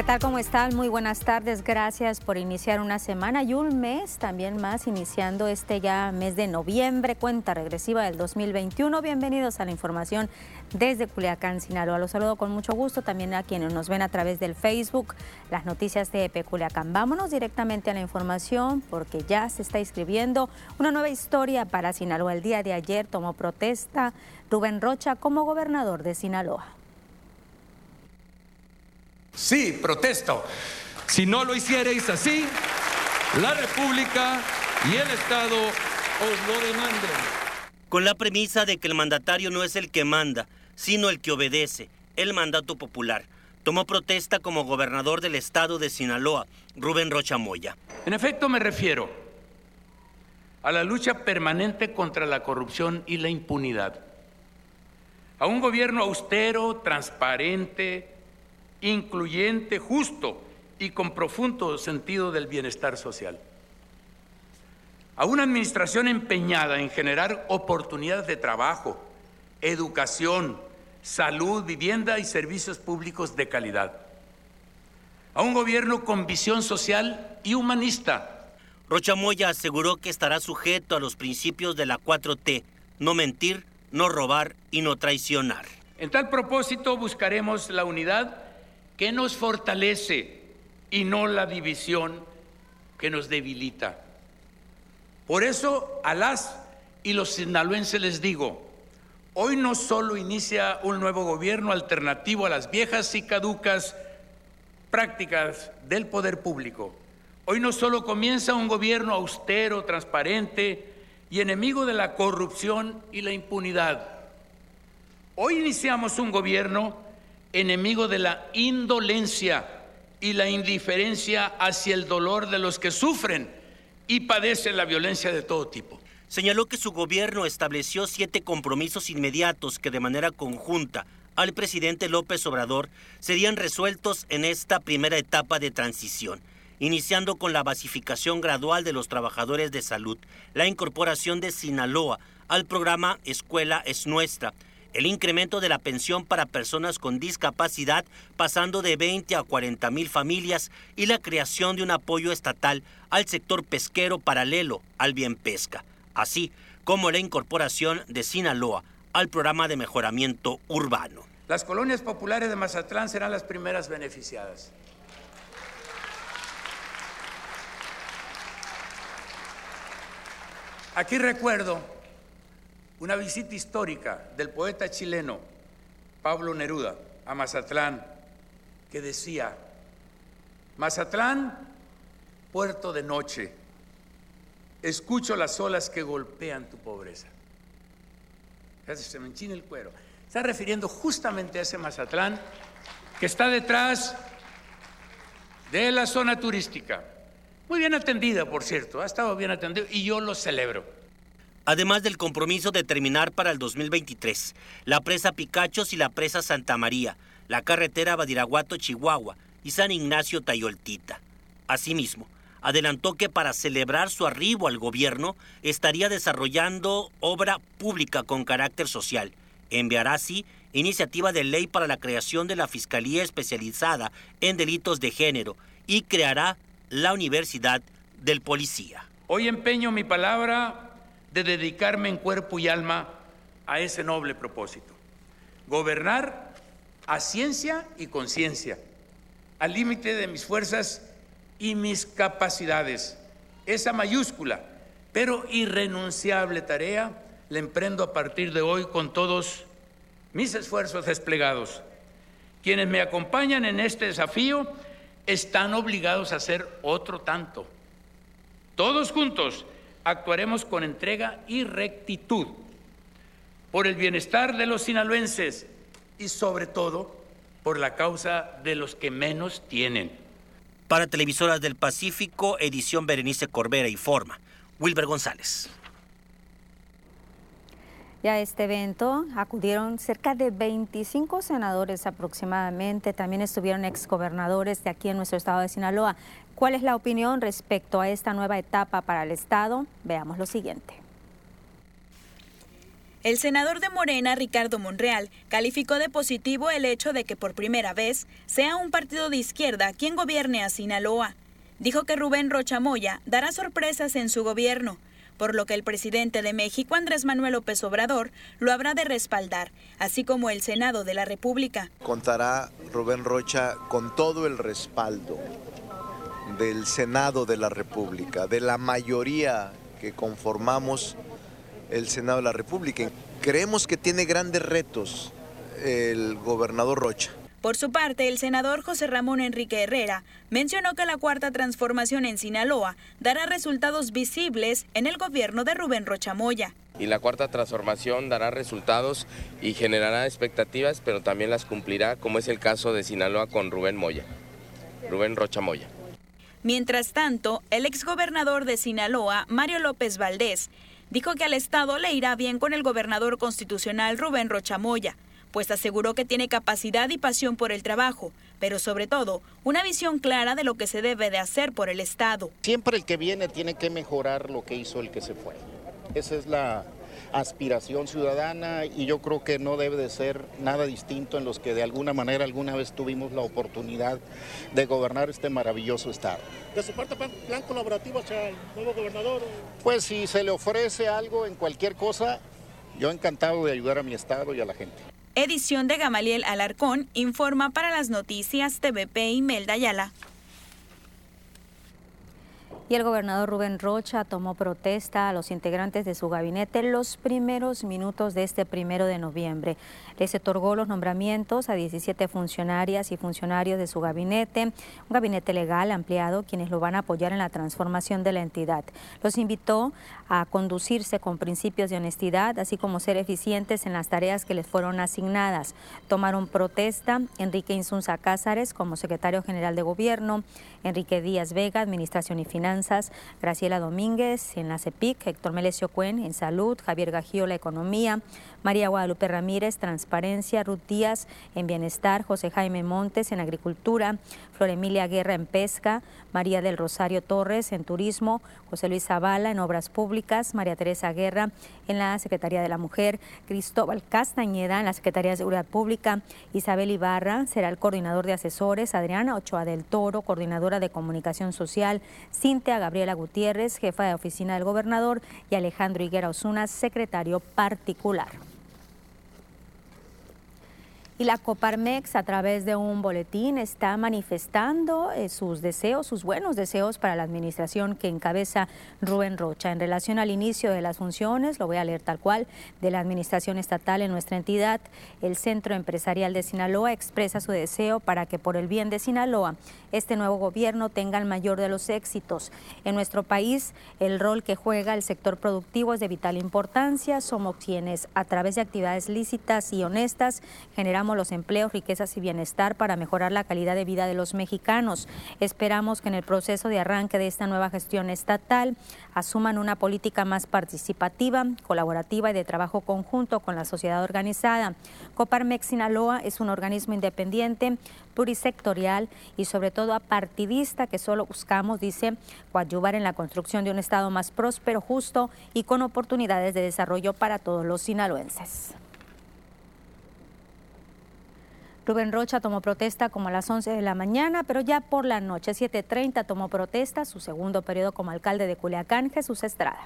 ¿Qué tal? ¿Cómo están? Muy buenas tardes. Gracias por iniciar una semana y un mes también más, iniciando este ya mes de noviembre, cuenta regresiva del 2021. Bienvenidos a la información desde Culiacán, Sinaloa. Los saludo con mucho gusto también a quienes nos ven a través del Facebook, las noticias de EP Culiacán. Vámonos directamente a la información porque ya se está inscribiendo una nueva historia para Sinaloa. El día de ayer tomó protesta Rubén Rocha como gobernador de Sinaloa. Sí, protesto. Si no lo hicierais así, la República y el Estado os lo demanden. Con la premisa de que el mandatario no es el que manda, sino el que obedece, el mandato popular, tomó protesta como gobernador del estado de Sinaloa, Rubén Rocha Moya. En efecto, me refiero a la lucha permanente contra la corrupción y la impunidad, a un gobierno austero, transparente, incluyente, justo y con profundo sentido del bienestar social. A una administración empeñada en generar oportunidades de trabajo, educación, salud, vivienda y servicios públicos de calidad. A un gobierno con visión social y humanista. Rocha Moya aseguró que estará sujeto a los principios de la 4T, no mentir, no robar y no traicionar. En tal propósito buscaremos la unidad que nos fortalece y no la división que nos debilita. Por eso a las y los sinaloenses les digo, hoy no solo inicia un nuevo gobierno alternativo a las viejas y caducas prácticas del poder público. Hoy no solo comienza un gobierno austero, transparente y enemigo de la corrupción y la impunidad. Hoy iniciamos un gobierno enemigo de la indolencia y la indiferencia hacia el dolor de los que sufren y padecen la violencia de todo tipo. Señaló que su gobierno estableció 7 compromisos inmediatos que de manera conjunta al presidente López Obrador serían resueltos en esta primera etapa de transición, iniciando con la basificación gradual de los trabajadores de salud, la incorporación de Sinaloa al programa Escuela es Nuestra, el incremento de la pensión para personas con discapacidad pasando de 20 a 40 mil familias y la creación de un apoyo estatal al sector pesquero paralelo al Bienpesca, así como la incorporación de Sinaloa al programa de mejoramiento urbano. Las colonias populares de Mazatlán serán las primeras beneficiadas. Aquí recuerdo una visita histórica del poeta chileno Pablo Neruda a Mazatlán, que decía: Mazatlán, puerto de noche, escucho las olas que golpean tu pobreza. Se me enchina el cuero. Está refiriendo justamente a ese Mazatlán que está detrás de la zona turística. Muy bien atendida, por cierto, ha estado bien atendido y yo lo celebro. Además del compromiso de terminar para el 2023, la presa Picachos y la presa Santa María, la carretera Badiraguato-Chihuahua y San Ignacio-Tayoltita. Asimismo, adelantó que para celebrar su arribo al gobierno estaría desarrollando obra pública con carácter social. Enviará así iniciativa de ley para la creación de la Fiscalía Especializada en Delitos de Género y creará la Universidad del Policía. Hoy empeño mi palabra de dedicarme en cuerpo y alma a ese noble propósito. Gobernar a ciencia y conciencia, al límite de mis fuerzas y mis capacidades. Esa mayúscula, pero irrenunciable tarea la emprendo a partir de hoy con todos mis esfuerzos desplegados. Quienes me acompañan en este desafío están obligados a hacer otro tanto. Todos juntos actuaremos con entrega y rectitud por el bienestar de los sinaloenses y sobre todo por la causa de los que menos tienen. Para Televisoras del Pacífico, edición Berenice Corbera y Forma, Wilber González. Y a este evento acudieron cerca de 25 senadores aproximadamente. También estuvieron exgobernadores de aquí en nuestro estado de Sinaloa. ¿Cuál es la opinión respecto a esta nueva etapa para el estado? Veamos lo siguiente. El senador de Morena, Ricardo Monreal, calificó de positivo el hecho de que por primera vez sea un partido de izquierda quien gobierne a Sinaloa. Dijo que Rubén Rocha Moya dará sorpresas en su gobierno, por lo que el presidente de México, Andrés Manuel López Obrador, lo habrá de respaldar, así como el Senado de la República. Contará Rubén Rocha con todo el respaldo del Senado de la República, de la mayoría que conformamos el Senado de la República. Creemos que tiene grandes retos el gobernador Rocha. Por su parte, el senador José Ramón Enrique Herrera mencionó que la Cuarta Transformación en Sinaloa dará resultados visibles en el gobierno de Rubén Rocha Moya. Y la Cuarta Transformación dará resultados y generará expectativas, pero también las cumplirá, como es el caso de Sinaloa con Rubén Rocha Moya. Mientras tanto, el exgobernador de Sinaloa, Mario López Valdés, dijo que al Estado le irá bien con el gobernador constitucional Rubén Rocha Moya, pues aseguró que tiene capacidad y pasión por el trabajo, pero sobre todo, una visión clara de lo que se debe de hacer por el Estado. Siempre el que viene tiene que mejorar lo que hizo el que se fue. Esa es la aspiración ciudadana y yo creo que no debe de ser nada distinto en los que de alguna manera alguna vez tuvimos la oportunidad de gobernar este maravilloso estado. ¿De su parte plan colaborativo hacia el nuevo gobernador? Pues si se le ofrece algo en cualquier cosa, yo encantado de ayudar a mi estado y a la gente. Edición de Gamaliel Alarcón, informa para las noticias TVP Imelda Ayala. Y el gobernador Rubén Rocha tomó protesta a los integrantes de su gabinete los primeros minutos de este 1 de noviembre. Les otorgó los nombramientos a 17 funcionarias y funcionarios de su gabinete, un gabinete legal ampliado, quienes lo van a apoyar en la transformación de la entidad. Los invitó a conducirse con principios de honestidad, así como ser eficientes en las tareas que les fueron asignadas. Tomaron protesta Enrique Insunza Cázares como secretario general de Gobierno, Enrique Díaz Vega, Administración y Finanzas, Graciela Domínguez en la CEPIC, Héctor Melesio Cuen en Salud, Javier Gagiola Economía, María Guadalupe Ramírez Transparencia, Ruth Díaz en Bienestar, José Jaime Montes en Agricultura, Flor Emilia Guerra en Pesca, María del Rosario Torres en Turismo, José Luis Zavala en Obras Públicas, María Teresa Guerra en la Secretaría de la Mujer, Cristóbal Castañeda en la Secretaría de Seguridad Pública, Isabel Ibarra será el coordinador de asesores, Adriana Ochoa del Toro, coordinadora de Comunicación Social, Cintia Gabriela Gutiérrez, jefa de oficina del gobernador, y Alejandro Higuera Osuna, secretario particular. Y la Coparmex, a través de un boletín, está manifestando sus deseos, sus buenos deseos para la administración que encabeza Rubén Rocha. En relación al inicio de las funciones, lo voy a leer tal cual, de la administración estatal en nuestra entidad, el Centro Empresarial de Sinaloa expresa su deseo para que por el bien de Sinaloa, este nuevo gobierno tenga el mayor de los éxitos. En nuestro país, el rol que juega el sector productivo es de vital importancia. Somos quienes, a través de actividades lícitas y honestas, generamos los empleos, riquezas y bienestar para mejorar la calidad de vida de los mexicanos. Esperamos que en el proceso de arranque de esta nueva gestión estatal asuman una política más participativa, colaborativa y de trabajo conjunto con la sociedad organizada. Coparmex Sinaloa es un organismo independiente, plurisectorial y sobre todo apartidista que solo buscamos, dice, coadyuvar en la construcción de un estado más próspero, justo y con oportunidades de desarrollo para todos los sinaloenses. Rubén Rocha tomó protesta como a las 11 de la mañana, pero ya por la noche, 7:30, tomó protesta su segundo periodo como alcalde de Culiacán, Jesús Estrada.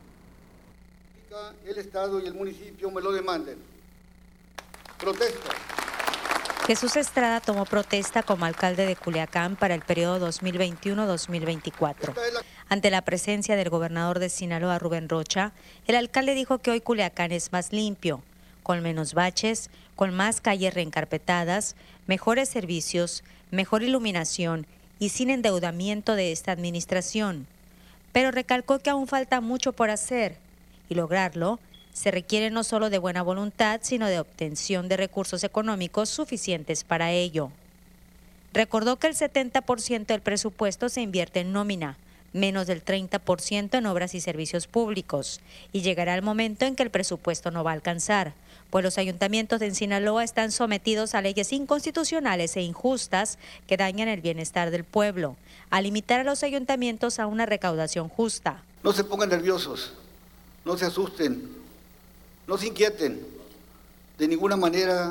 El Estado y el municipio me lo demanden. Protesto. Jesús Estrada tomó protesta como alcalde de Culiacán para el periodo 2021-2024. Ante la presencia del gobernador de Sinaloa, Rubén Rocha, el alcalde dijo que hoy Culiacán es más limpio, con menos baches, con más calles reencarpetadas, mejores servicios, mejor iluminación y sin endeudamiento de esta administración. Pero recalcó que aún falta mucho por hacer y lograrlo se requiere no solo de buena voluntad, sino de obtención de recursos económicos suficientes para ello. Recordó que el 70% del presupuesto se invierte en nómina, menos del 30% en obras y servicios públicos, y llegará el momento en que el presupuesto no va a alcanzar, pues los ayuntamientos de Sinaloa están sometidos a leyes inconstitucionales e injustas que dañan el bienestar del pueblo, al limitar a los ayuntamientos a una recaudación justa. No se pongan nerviosos, no se asusten. No se inquieten, de ninguna manera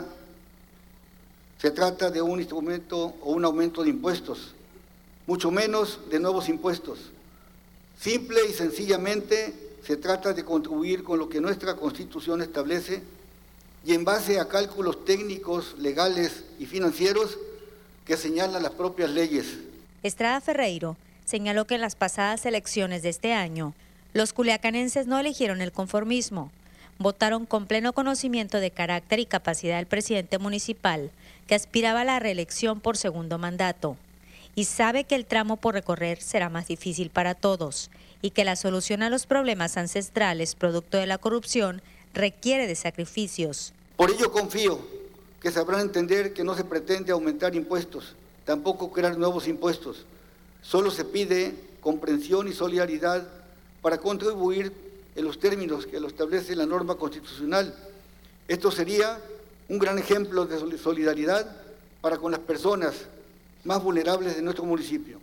se trata de un instrumento o un aumento de impuestos, mucho menos de nuevos impuestos. Simple y sencillamente se trata de contribuir con lo que nuestra Constitución establece y en base a cálculos técnicos, legales y financieros que señalan las propias leyes. Estrada Ferreiro señaló que en las pasadas elecciones de este año, los culiacanenses no eligieron el conformismo, votaron con pleno conocimiento de carácter y capacidad del presidente municipal, que aspiraba a la reelección por segundo mandato, y sabe que el tramo por recorrer será más difícil para todos, y que la solución a los problemas ancestrales producto de la corrupción requiere de sacrificios. Por ello confío que sabrán entender que no se pretende aumentar impuestos, tampoco crear nuevos impuestos. Solo se pide comprensión y solidaridad para contribuir en los términos que lo establece la norma constitucional. Esto sería un gran ejemplo de solidaridad para con las personas más vulnerables de nuestro municipio.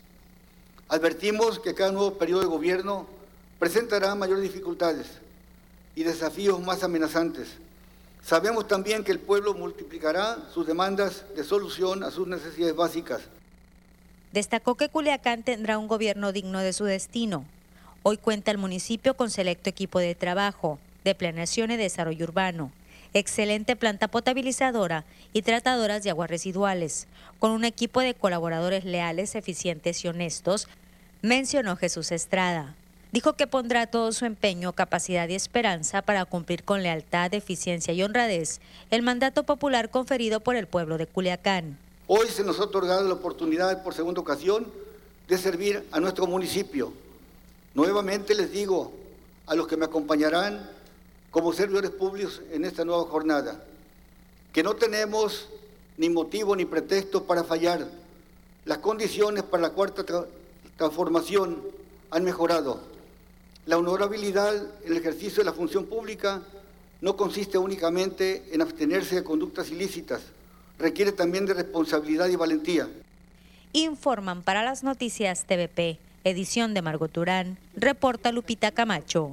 Advertimos que cada nuevo periodo de gobierno presentará mayores dificultades y desafíos más amenazantes. Sabemos también que el pueblo multiplicará sus demandas de solución a sus necesidades básicas. Destacó que Culiacán tendrá un gobierno digno de su destino. Hoy cuenta el municipio con selecto equipo de trabajo, de planeación y desarrollo urbano, excelente planta potabilizadora y tratadoras de aguas residuales, con un equipo de colaboradores leales, eficientes y honestos, mencionó Jesús Estrada. Dijo que pondrá todo su empeño, capacidad y esperanza para cumplir con lealtad, eficiencia y honradez el mandato popular conferido por el pueblo de Culiacán. Hoy se nos ha otorgado la oportunidad por segunda ocasión de servir a nuestro municipio. Nuevamente les digo a los que me acompañarán como servidores públicos en esta nueva jornada, que no tenemos ni motivo ni pretexto para fallar. Las condiciones para la cuarta transformación han mejorado. La honorabilidad en el ejercicio de la función pública no consiste únicamente en abstenerse de conductas ilícitas, requiere también de responsabilidad y valentía. Informan para las noticias TVP, edición de Margot Durán, reporta Lupita Camacho.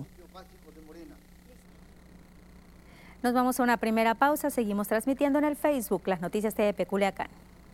Nos vamos a una primera pausa, seguimos transmitiendo en el Facebook las noticias TVP Culiacán.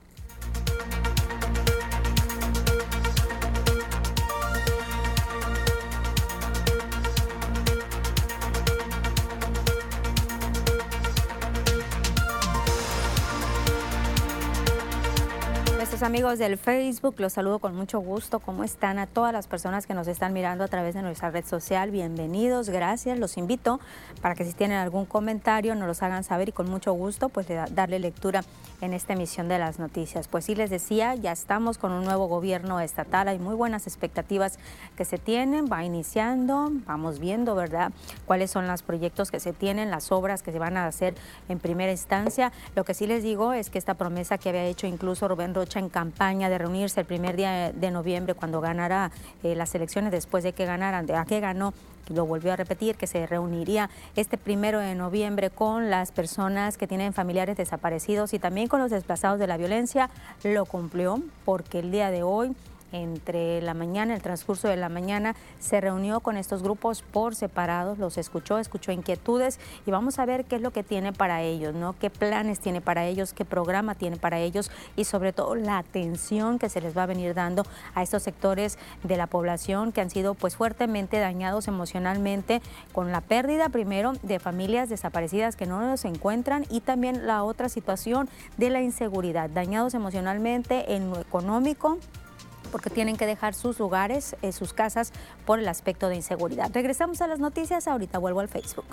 Amigos del Facebook, los saludo con mucho gusto. ¿Cómo están? A todas las personas que nos están mirando a través de nuestra red social, bienvenidos, gracias. Los invito para que si tienen algún comentario nos los hagan saber y con mucho gusto pues darle lectura en esta emisión de las noticias. Pues sí, les decía, ya estamos con un nuevo gobierno estatal, hay muy buenas expectativas que se tienen, va iniciando, vamos viendo, ¿verdad?, cuáles son los proyectos que se tienen, las obras que se van a hacer en primera instancia. Lo que sí les digo es que esta promesa que había hecho incluso Rubén Rocha en campaña de reunirse el primer día de noviembre cuando ganara las elecciones, después de que ganaran, a que ganó, lo volvió a repetir, que se reuniría este 1 de noviembre con las personas que tienen familiares desaparecidos y también con los desplazados de la violencia, lo cumplió, porque el día de hoy, entre la mañana, el transcurso de la mañana, se reunió con estos grupos por separados, los escuchó inquietudes y vamos a ver qué es lo que tiene para ellos, ¿no? Qué planes tiene para ellos, qué programa tiene para ellos y sobre todo la atención que se les va a venir dando a estos sectores de la población que han sido pues fuertemente dañados emocionalmente con la pérdida primero de familias desaparecidas que no los encuentran y también la otra situación de la inseguridad, dañados emocionalmente en lo económico, porque tienen que dejar sus lugares, sus casas, por el aspecto de inseguridad. Regresamos a las noticias, ahorita vuelvo al Facebook.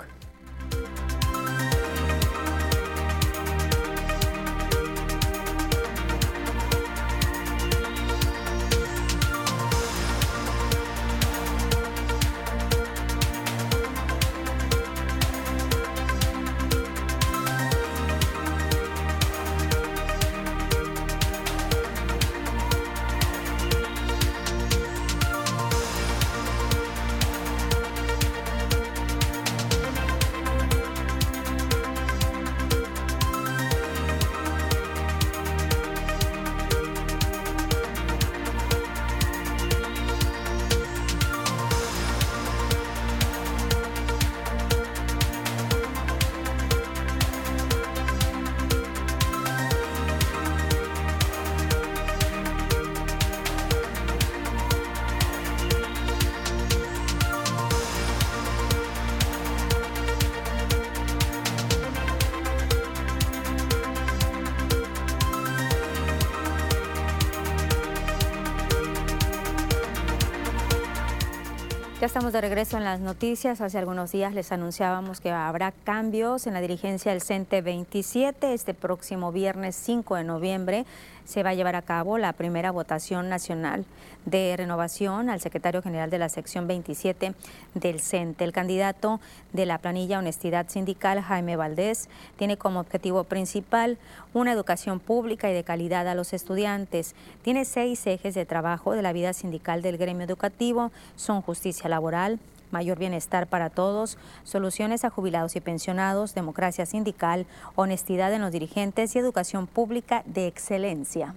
estamos de regreso en las noticias. Hace algunos días les anunciábamos que habrá cambios en la dirigencia del CENTE 27. Este próximo viernes 5 de noviembre se va a llevar a cabo la primera votación nacional de renovación al secretario general de la sección 27 del CENTE. El candidato de la planilla Honestidad Sindical, Jaime Valdés, tiene como objetivo principal una educación pública y de calidad a los estudiantes. Tiene 6 ejes de trabajo de la vida sindical del gremio educativo. Son justicia laboral, mayor bienestar para todos, soluciones a jubilados y pensionados, democracia sindical, honestidad en los dirigentes y educación pública de excelencia.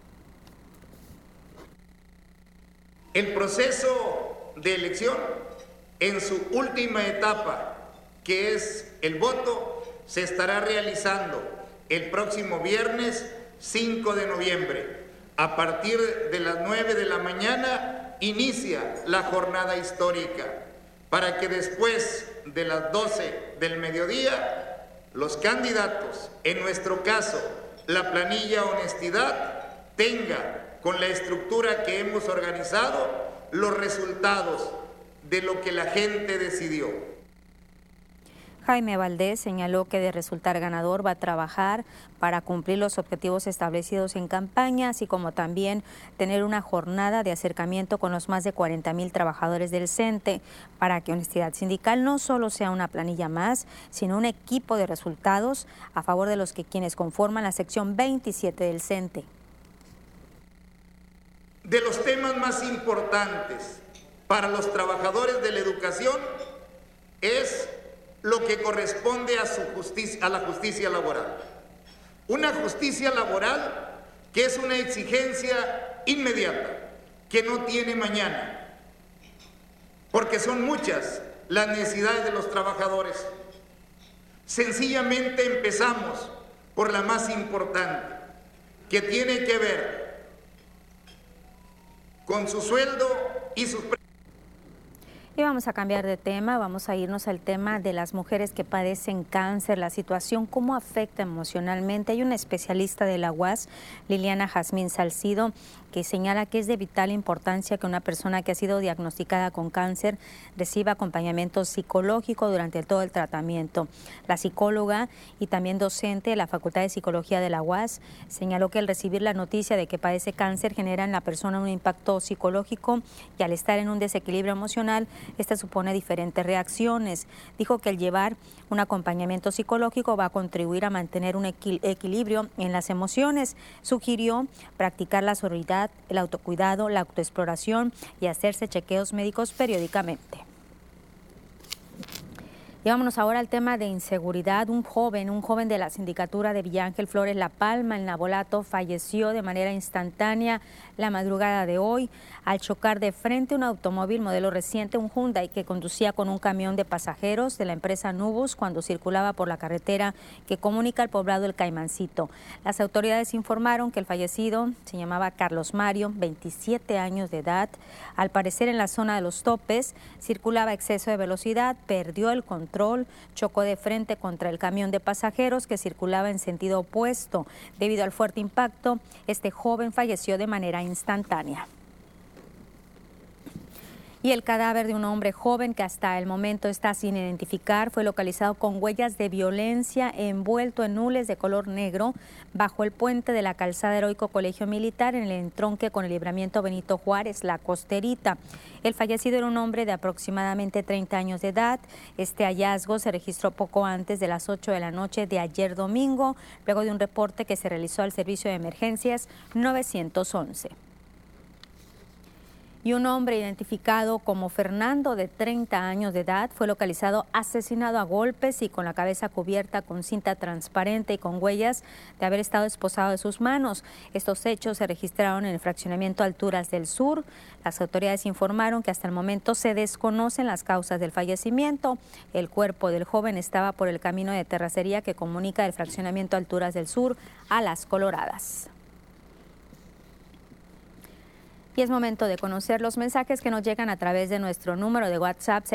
El proceso de elección en su última etapa, que es el voto, se estará realizando el próximo viernes 5 de noviembre. A partir de las 9 de la mañana inicia la jornada histórica, para que después de las 12 del mediodía, los candidatos, en nuestro caso, la planilla Honestidad, tenga con la estructura que hemos organizado los resultados de lo que la gente decidió. Jaime Valdés señaló que de resultar ganador va a trabajar para cumplir los objetivos establecidos en campaña, así como también tener una jornada de acercamiento con los más de 40,000 trabajadores del CENTE para que Honestidad Sindical no solo sea una planilla más, sino un equipo de resultados a favor de los quienes conforman la sección 27 del CENTE. De los temas más importantes para los trabajadores de la educación es lo que corresponde a la justicia laboral. Una justicia laboral que es una exigencia inmediata, que no tiene mañana, porque son muchas las necesidades de los trabajadores. Sencillamente empezamos por la más importante, que tiene que ver con su sueldo y sus precios. Y vamos a cambiar de tema, vamos a irnos al tema de las mujeres que padecen cáncer, la situación, cómo afecta emocionalmente. Hay una especialista de la UAS, Liliana Jazmín Salcido, que señala que es de vital importancia que una persona que ha sido diagnosticada con cáncer reciba acompañamiento psicológico durante todo el tratamiento. La psicóloga y también docente de la Facultad de Psicología de la UAS señaló que el recibir la noticia de que padece cáncer genera en la persona un impacto psicológico y al estar en un desequilibrio emocional, esta supone diferentes reacciones. Dijo que el llevar un acompañamiento psicológico va a contribuir a mantener un equilibrio en las emociones. Sugirió practicar la sororidad, el autocuidado, la autoexploración y hacerse chequeos médicos periódicamente. Y vámonos ahora al tema de inseguridad. Un joven de la sindicatura de Villa Ángel Flores La Palma, en Navolato, falleció de manera instantánea la madrugada de hoy al chocar de frente un automóvil modelo reciente, un Hyundai, que conducía con un camión de pasajeros de la empresa Nubus cuando circulaba por la carretera que comunica al poblado El Caimancito. Las autoridades informaron que el fallecido se llamaba Carlos Mario, 27 años de edad. Al parecer, en la zona de los topes circulaba a exceso de velocidad, perdió el control, chocó de frente contra el camión de pasajeros que circulaba en sentido opuesto. Debido al fuerte impacto, este joven falleció de manera instantánea. Y el cadáver de un hombre joven que hasta el momento está sin identificar fue localizado con huellas de violencia, envuelto en hules de color negro bajo el puente de la calzada Heroico Colegio Militar en el entronque con el libramiento Benito Juárez, La Costerita. El fallecido era un hombre de aproximadamente 30 años de edad. Este hallazgo se registró poco antes de las 8 de la noche de ayer domingo, luego de un reporte que se realizó al Servicio de Emergencias 911. Y un hombre identificado como Fernando, de 30 años de edad, fue localizado asesinado a golpes y con la cabeza cubierta con cinta transparente y con huellas de haber estado esposado de sus manos. Estos hechos se registraron en el fraccionamiento Alturas del Sur. Las autoridades informaron que hasta el momento se desconocen las causas del fallecimiento. El cuerpo del joven estaba por el camino de terracería que comunica el fraccionamiento Alturas del Sur a Las Coloradas. Y es momento de conocer los mensajes que nos llegan a través de nuestro número de WhatsApp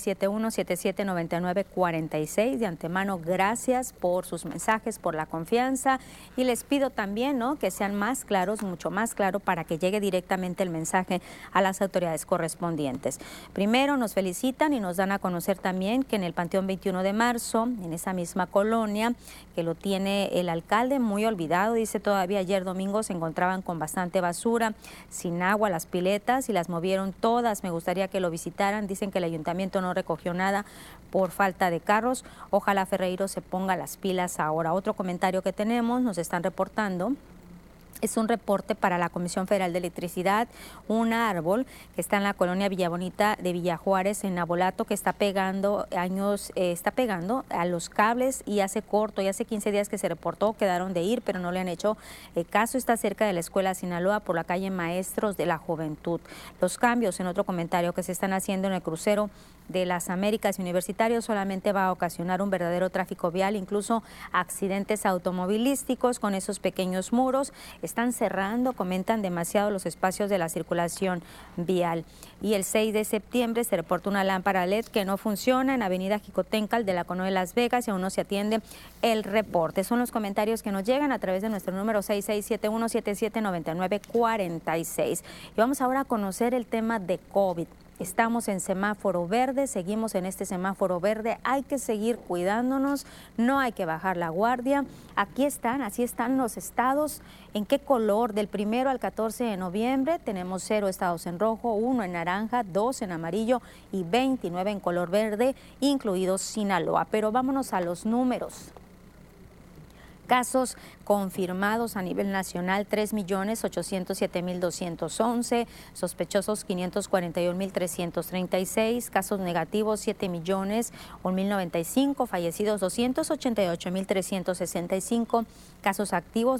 6671-779946. De antemano, gracias por sus mensajes, por la confianza. Y les pido también, ¿no?, que sean más claros, mucho más claro, para que llegue directamente el mensaje a las autoridades correspondientes. Primero, nos felicitan y nos dan a conocer también que en el Panteón 21 de marzo, en esa misma colonia, que lo tiene el alcalde muy olvidado, dice, todavía ayer domingo se encontraban con bastante basura, sin agua, las piletas, y las movieron todas. Me gustaría que lo visitaran. Dicen que el ayuntamiento no recogió nada por falta de carros. Ojalá Ferreiro se ponga las pilas ahora. Otro comentario que tenemos, nos están reportando. Es un reporte para la Comisión Federal de Electricidad, un árbol que está en la colonia Villabonita de Villa Juárez, en Navolato, que está pegando a los cables, y hace 15 días que se reportó, quedaron de ir, pero no le han hecho caso. Está cerca de la Escuela Sinaloa, por la calle Maestros de la Juventud. Los cambios, en otro comentario, que se están haciendo en el crucero de las Américas Universitarios solamente va a ocasionar un verdadero tráfico vial, incluso accidentes automovilísticos con esos pequeños muros. Están cerrando, comentan, demasiado los espacios de la circulación vial. Y el 6 de septiembre se reportó una lámpara LED que no funciona en Avenida Jicotencal de la Cono de Las Vegas, y aún no se atiende el reporte. Son los comentarios que nos llegan a través de nuestro número 6671-779946. Y vamos ahora a conocer el tema de COVID. Estamos en semáforo verde, seguimos en este semáforo verde, hay que seguir cuidándonos, no hay que bajar la guardia. Aquí están, así están los estados. ¿En qué color? Del 1 al 14 de noviembre tenemos 0 estados en rojo, 1 en naranja, 2 en amarillo y 29 en color verde, incluidos Sinaloa. Pero vámonos a los números. Casos confirmados a nivel nacional, 3.807.211, sospechosos 541.336, casos negativos 7.001.095, fallecidos 288.365, casos activos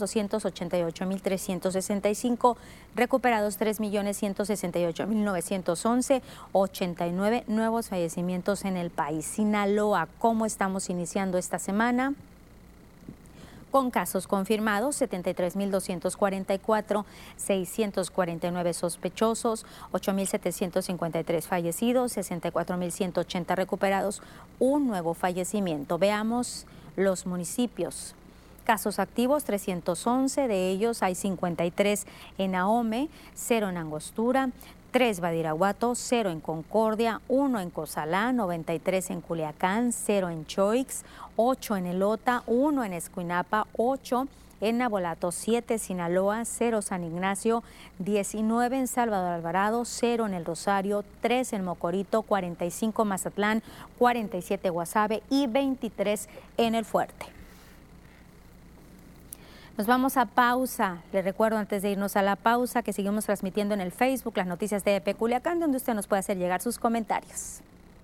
288.365, recuperados 3.168.911, 89 nuevos fallecimientos en el país. Sinaloa, ¿cómo estamos iniciando esta semana? Con casos confirmados, 73.244, 649 sospechosos, 8.753 fallecidos, 64.180 recuperados, un nuevo fallecimiento. Veamos los municipios. Casos activos, 311, de ellos hay 53 en Ahome, 0 en Angostura, 3 Badiraguato, 0 en Concordia, 1 en Cozalá, 93 en Culiacán, 0 en Choix, 8 en Elota, 1 en Escuinapa, 8 en Navolato, 7 Sinaloa, 0 San Ignacio, 19 en Salvador Alvarado, 0 en El Rosario, 3 en Mocorito, 45 Mazatlán, 47 Guasave y 23 en El Fuerte. Nos vamos a pausa. Les recuerdo, antes de irnos a la pausa, que seguimos transmitiendo en el Facebook las noticias de EP Culiacán, donde usted nos puede hacer llegar sus comentarios.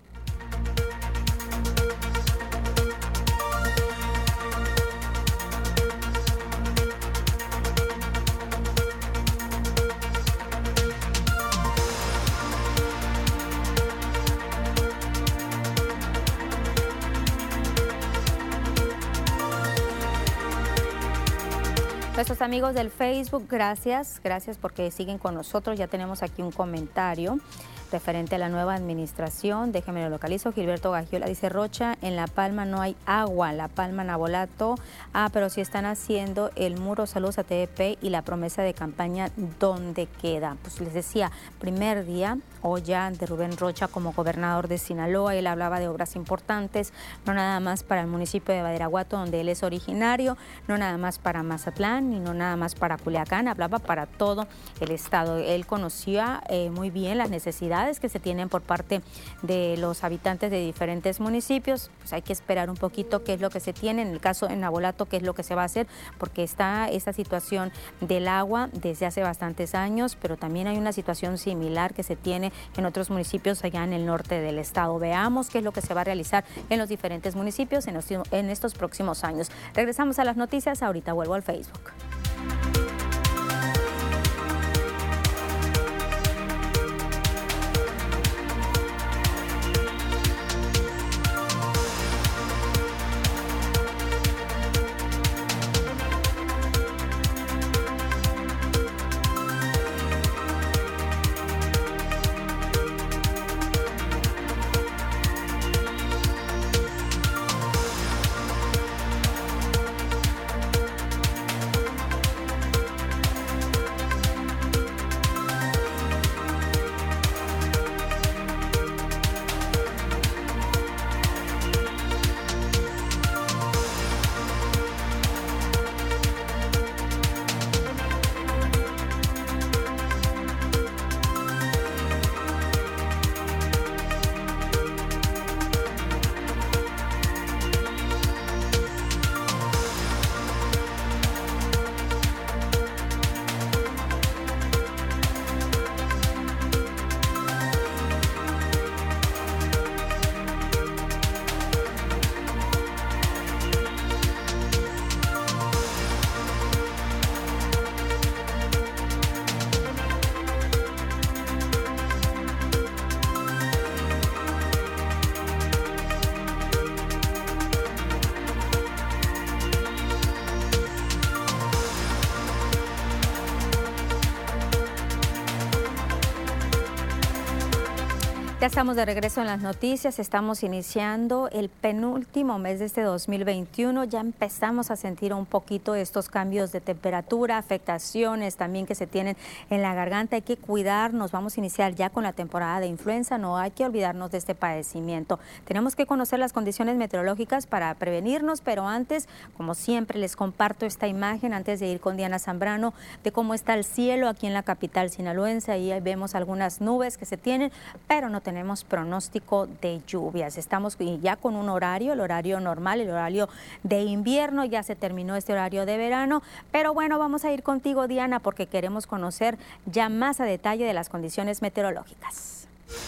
Nuestros amigos del Facebook, gracias porque siguen con nosotros. Ya tenemos aquí un comentario referente a la nueva administración. Déjeme lo localizo. Gilberto Gagiola dice: Rocha, en La Palma no hay agua, La Palma, Navolato. Pero sí están haciendo el muro. Saludos a TDP y la promesa de campaña, ¿dónde queda? Pues les decía, primer día hoy ya de Rubén Rocha como gobernador de Sinaloa. Él hablaba de obras importantes, no nada más para el municipio de Badiraguato, donde él es originario, no nada más para Mazatlán y no nada más para Culiacán, hablaba para todo el estado. Él conocía muy bien las necesidades que se tienen por parte de los habitantes de diferentes municipios. Pues hay que esperar un poquito qué es lo que se tiene. En el caso de Navolato, qué es lo que se va a hacer, porque está esta situación del agua desde hace bastantes años, pero también hay una situación similar que se tiene en otros municipios allá en el norte del estado. Veamos qué es lo que se va a realizar en los diferentes municipios en estos próximos años. Regresamos a las noticias, ahorita vuelvo al Facebook. Ya estamos de regreso en las noticias, estamos iniciando el penúltimo mes de este 2021, ya empezamos a sentir un poquito estos cambios de temperatura, afectaciones también que se tienen en la garganta, hay que cuidarnos, vamos a iniciar ya con la temporada de influenza, no hay que olvidarnos de este padecimiento. Tenemos que conocer las condiciones meteorológicas para prevenirnos, pero antes, como siempre, les comparto esta imagen antes de ir con Diana Zambrano de cómo está el cielo aquí en la capital sinaloense, ahí vemos algunas nubes que se tienen, pero no tenemos pronóstico de lluvias. Estamos ya con un horario, el horario normal, el horario de invierno, ya se terminó este horario de verano, pero bueno, vamos a ir contigo, Diana, porque queremos conocer ya más a detalle de las condiciones meteorológicas.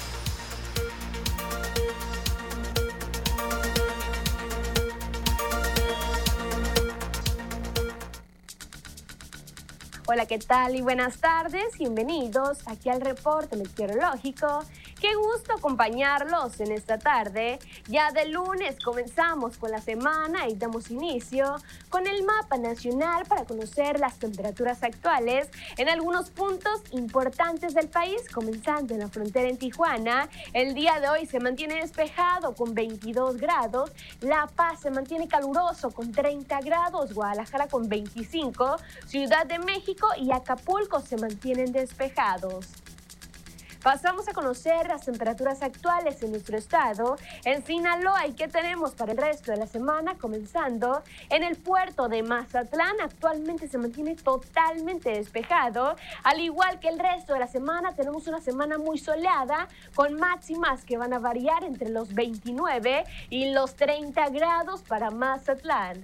Hola, ¿qué tal? Y buenas tardes, bienvenidos aquí al reporte meteorológico. Qué gusto acompañarlos en esta tarde. Ya de lunes comenzamos con la semana y damos inicio con el mapa nacional para conocer las temperaturas actuales en algunos puntos importantes del país, comenzando en la frontera en Tijuana. El día de hoy se mantiene despejado con 22 grados, La Paz se mantiene caluroso con 30 grados, Guadalajara con 25, Ciudad de México y Acapulco se mantienen despejados. Pasamos a conocer las temperaturas actuales en nuestro estado. En Sinaloa, ¿y qué tenemos para el resto de la semana? Comenzando en el puerto de Mazatlán, actualmente se mantiene totalmente despejado. Al igual que el resto de la semana, tenemos una semana muy soleada, con máximas que van a variar entre los 29 y los 30 grados para Mazatlán.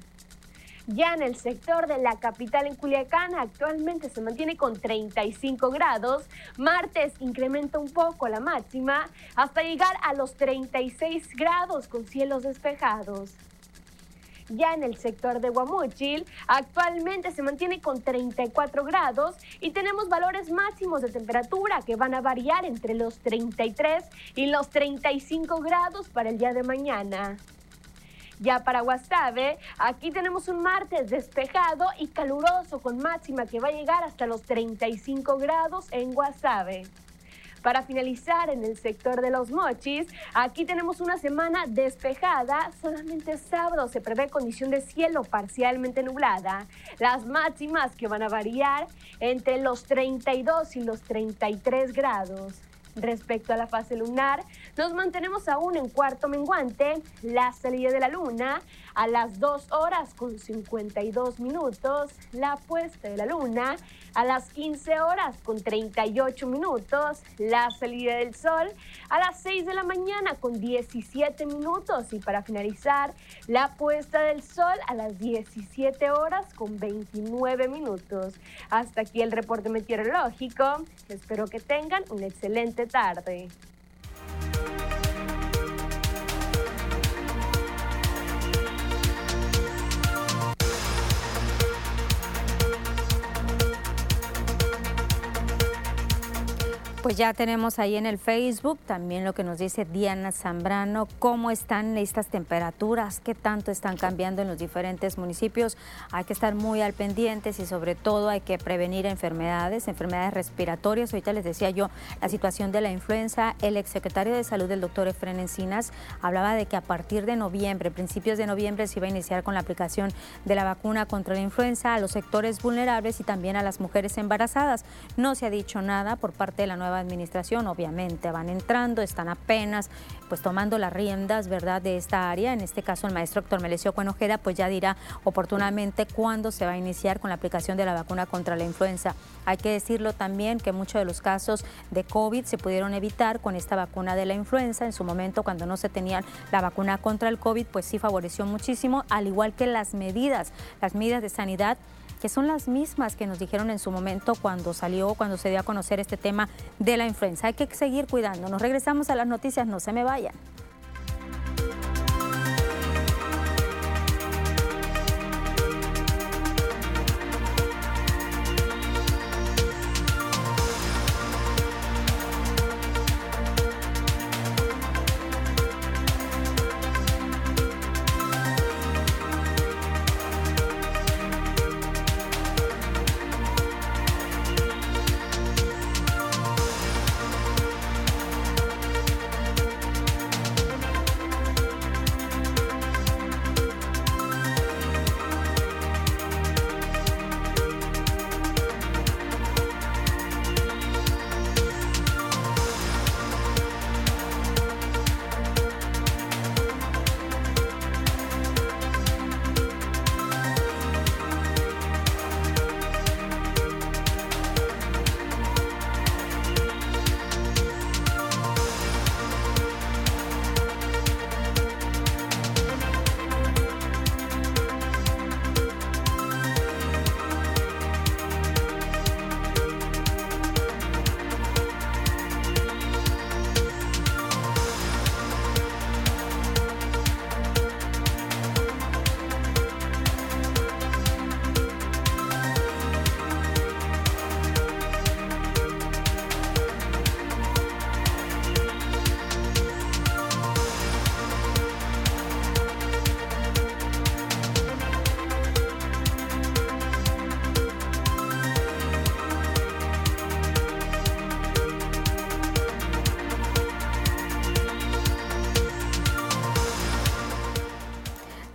Ya en el sector de la capital en Culiacán, actualmente se mantiene con 35 grados. Martes incrementa un poco la máxima hasta llegar a los 36 grados con cielos despejados. Ya en el sector de Guamúchil, actualmente se mantiene con 34 grados y tenemos valores máximos de temperatura que van a variar entre los 33 y los 35 grados para el día de mañana. Ya para Guasave, aquí tenemos un martes despejado y caluroso con máxima que va a llegar hasta los 35 grados en Guasave. Para finalizar, en el sector de Los Mochis, aquí tenemos una semana despejada, solamente sábado se prevé condición de cielo parcialmente nublada. Las máximas que van a variar entre los 32 y los 33 grados. Respecto a la fase lunar, nos mantenemos aún en cuarto menguante. La salida de la luna a las 2 horas con 52 minutos. La puesta de la luna a las 15 horas con 38 minutos. La salida del sol a las 6 de la mañana con 17 minutos. Y para finalizar, la puesta del sol a las 17 horas con 29 minutos. Hasta aquí el reporte meteorológico. Espero que tengan una excelente tarde. Pues ya tenemos ahí en el Facebook también lo que nos dice Diana Zambrano, cómo están estas temperaturas, qué tanto están cambiando en los diferentes municipios. Hay que estar muy al pendientes y sobre todo hay que prevenir enfermedades respiratorias. Ahorita les decía yo la situación de la influenza. El exsecretario de Salud, el doctor Efrén Encinas, hablaba de que a partir de noviembre, principios de noviembre, se iba a iniciar con la aplicación de la vacuna contra la influenza a los sectores vulnerables y también a las mujeres embarazadas. No se ha dicho nada por parte de la nueva administración, obviamente van entrando, están apenas pues tomando las riendas, ¿verdad?, de esta área. En este caso el maestro Héctor Melesio Cuenojeda pues ya dirá oportunamente cuándo se va a iniciar con la aplicación de la vacuna contra la influenza. Hay que decirlo también que muchos de los casos de COVID se pudieron evitar con esta vacuna de la influenza. En su momento, cuando no se tenía la vacuna contra el COVID, pues sí favoreció muchísimo, al igual que las medidas de sanidad, que son las mismas que nos dijeron en su momento cuando se dio a conocer este tema de la influenza. Hay que seguir cuidándonos. Regresamos a las noticias, no se me vayan.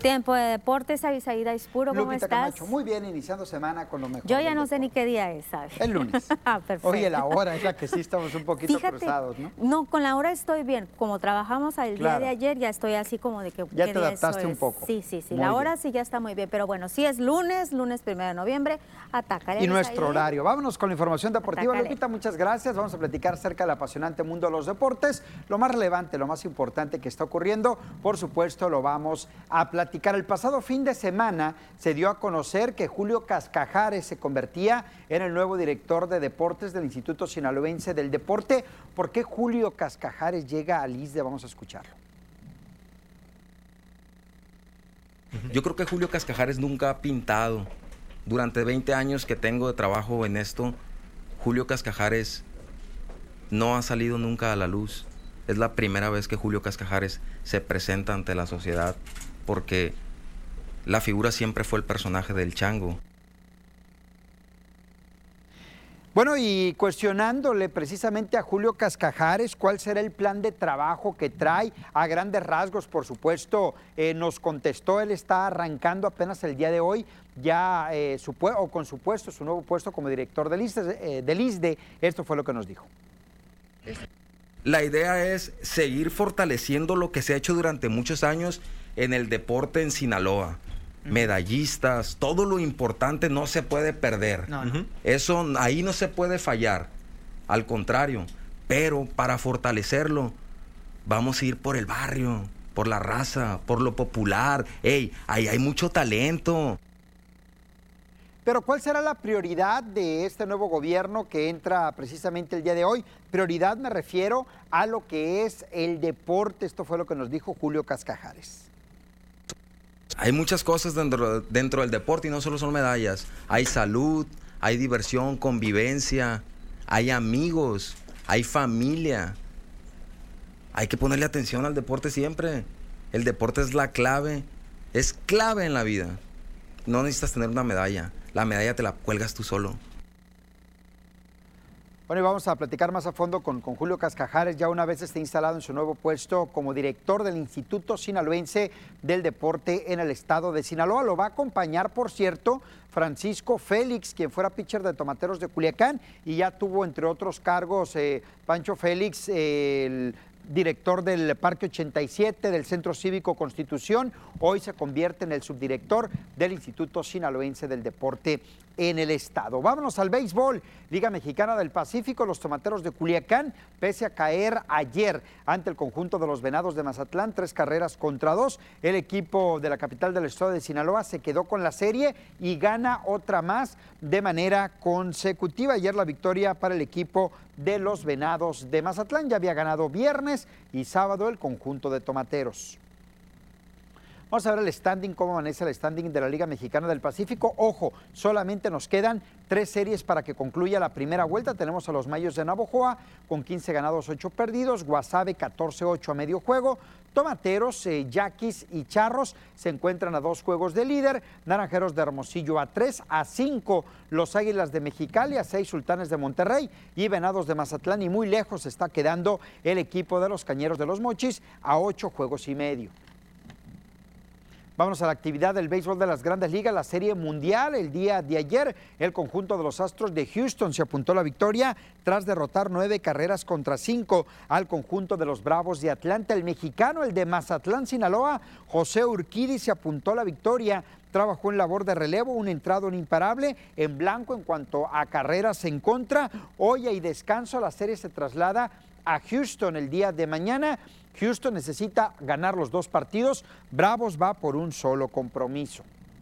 Tiempo de deportes, Abisaída Ispuro, ¿cómo Lupita estás? Camacho, muy bien, iniciando semana con lo mejor. Yo ya no sé ni qué día es, ¿sabes? El lunes. Perfecto. Oye, la hora es la que sí estamos un poquito cruzados, ¿no? No, con la hora estoy bien. Como trabajamos el día de ayer, ya estoy así como de que... Ya te adaptaste un poco. Sí. La hora sí ya está muy bien. Pero bueno, sí es lunes 1 de noviembre. Atácale. Y nuestro horario. Vámonos con la información deportiva. Atácale. Lupita, muchas gracias. Vamos a platicar acerca del apasionante mundo de los deportes. Lo más relevante, lo más importante que está ocurriendo, por supuesto, lo vamos a platicar. El pasado fin de semana se dio a conocer que Julio Cascajares se convertía en el nuevo director de deportes del Instituto Sinaloense del Deporte. ¿Por qué Julio Cascajares llega al ISDE? Vamos a escucharlo. Yo creo que Julio Cascajares nunca ha pintado. Durante 20 años que tengo de trabajo en esto, Julio Cascajares no ha salido nunca a la luz. Es la primera vez que Julio Cascajares se presenta ante la sociedad, porque la figura siempre fue el personaje del Chango. Bueno, y cuestionándole precisamente a Julio Cascajares cuál será el plan de trabajo que trae, a grandes rasgos, por supuesto, nos contestó, él está arrancando apenas el día de hoy, ya con su puesto, su nuevo puesto como director del ISDE. Esto fue lo que nos dijo. La idea es seguir fortaleciendo lo que se ha hecho durante muchos años en el deporte en Sinaloa. Medallistas, todo lo importante no se puede perder. No. Eso ahí no se puede fallar. Al contrario, pero para fortalecerlo vamos a ir por el barrio, por la raza, por lo popular. Ahí hay mucho talento. Pero ¿cuál será la prioridad de este nuevo gobierno que entra precisamente el día de hoy? Prioridad me refiero a lo que es el deporte. Esto fue lo que nos dijo Julio Cascajares. Hay muchas cosas dentro del deporte y no solo son medallas. Hay salud, hay diversión, convivencia, hay amigos, hay familia. Hay que ponerle atención al deporte siempre. El deporte es la clave, es clave en la vida. No necesitas tener una medalla. La medalla te la cuelgas tú solo. Bueno, y vamos a platicar más a fondo con Julio Cascajares, ya una vez esté instalado en su nuevo puesto como director del Instituto Sinaloense del Deporte en el estado de Sinaloa. Lo va a acompañar, por cierto, Francisco Félix, quien fuera pitcher de Tomateros de Culiacán y ya tuvo, entre otros cargos, Pancho Félix, el director del Parque 87 del Centro Cívico Constitución, hoy se convierte en el subdirector del Instituto Sinaloense del Deporte en el estado. Vámonos al béisbol. Liga Mexicana del Pacífico, los Tomateros de Culiacán, pese a caer ayer ante el conjunto de los Venados de Mazatlán, 3-2, el equipo de la capital del estado de Sinaloa se quedó con la serie y gana otra más de manera consecutiva. Ayer la victoria para el equipo de los Venados de Mazatlán. Ya había ganado viernes y sábado el conjunto de Tomateros. Vamos a ver el standing, cómo amanece el standing de la Liga Mexicana del Pacífico. Ojo, solamente nos quedan 3 series para que concluya la primera vuelta. Tenemos a los Mayos de Navojoa con 15 ganados, 8 perdidos. Guasave 14-8 a medio juego. Tomateros, Yaquis y Charros se encuentran a 2 juegos de líder. Naranjeros de Hermosillo a 3, a 5 los Águilas de Mexicali, a 6 Sultanes de Monterrey y Venados de Mazatlán. Y muy lejos está quedando el equipo de los Cañeros de los Mochis a 8 juegos y medio. Vamos a la actividad del béisbol de las Grandes Ligas, la Serie Mundial. El día de ayer, el conjunto de los Astros de Houston se apuntó a la victoria tras derrotar 9-5 al conjunto de los Bravos de Atlanta. El mexicano, el de Mazatlán, Sinaloa, José Urquidi, se apuntó a la victoria. Trabajó en labor de relevo, un entrado imparable en blanco en cuanto a carreras en contra. Hoy hay descanso, la serie se traslada a Houston el día de mañana. Houston necesita ganar los 2 partidos, Bravos va por un solo compromiso.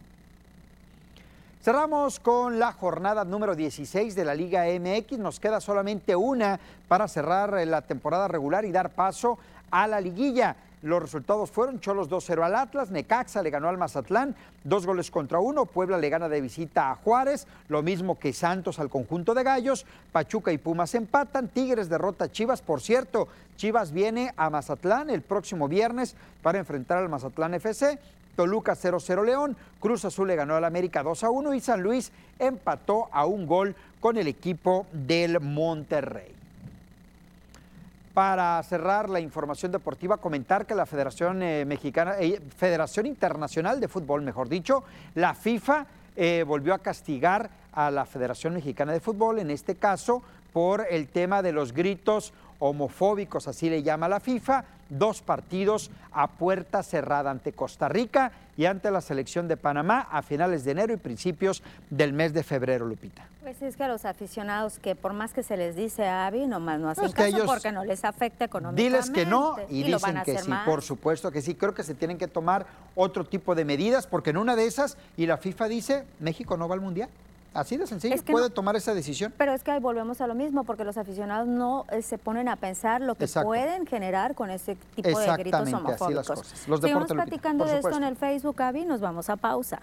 Cerramos con la jornada número 16 de la Liga MX, nos queda solamente una para cerrar la temporada regular y dar paso a la liguilla. Los resultados fueron: Cholos 2-0 al Atlas, Necaxa le ganó al Mazatlán 2-1, Puebla le gana de visita a Juárez, lo mismo que Santos al conjunto de Gallos, Pachuca y Pumas empatan, Tigres derrota a Chivas. Por cierto, Chivas viene a Mazatlán el próximo viernes para enfrentar al Mazatlán FC. Toluca 0-0 León, Cruz Azul le ganó al América 2-1 y San Luis empató a 1 gol con el equipo del Monterrey. Para cerrar la información deportiva, comentar que la Federación Internacional de Fútbol, mejor dicho, la FIFA, volvió a castigar a la Federación Mexicana de Fútbol, en este caso por el tema de los gritos homofóbicos, así le llama la FIFA, 2 partidos a puerta cerrada ante Costa Rica y ante la selección de Panamá a finales de enero y principios del mes de febrero, Lupita. Pues es que a los aficionados que por más que se les dice a Avi, nomás no hacen Es que caso ellos, porque no les afecta económicamente. diles que no y lo van dicen a que hacer sí, más. por supuesto que sí. Creo que se tienen que tomar otro tipo de medidas porque en una de esas, y la FIFA dice, México no va al Mundial. Así de sencillo, puede tomar esa decisión. Pero es que ahí volvemos a lo mismo, porque los aficionados no se ponen a pensar lo que pueden generar con ese tipo de gritos homofóbicos. Así las cosas. Los Seguimos deportes, platicando de esto en el Facebook, Avi, nos vamos a pausa.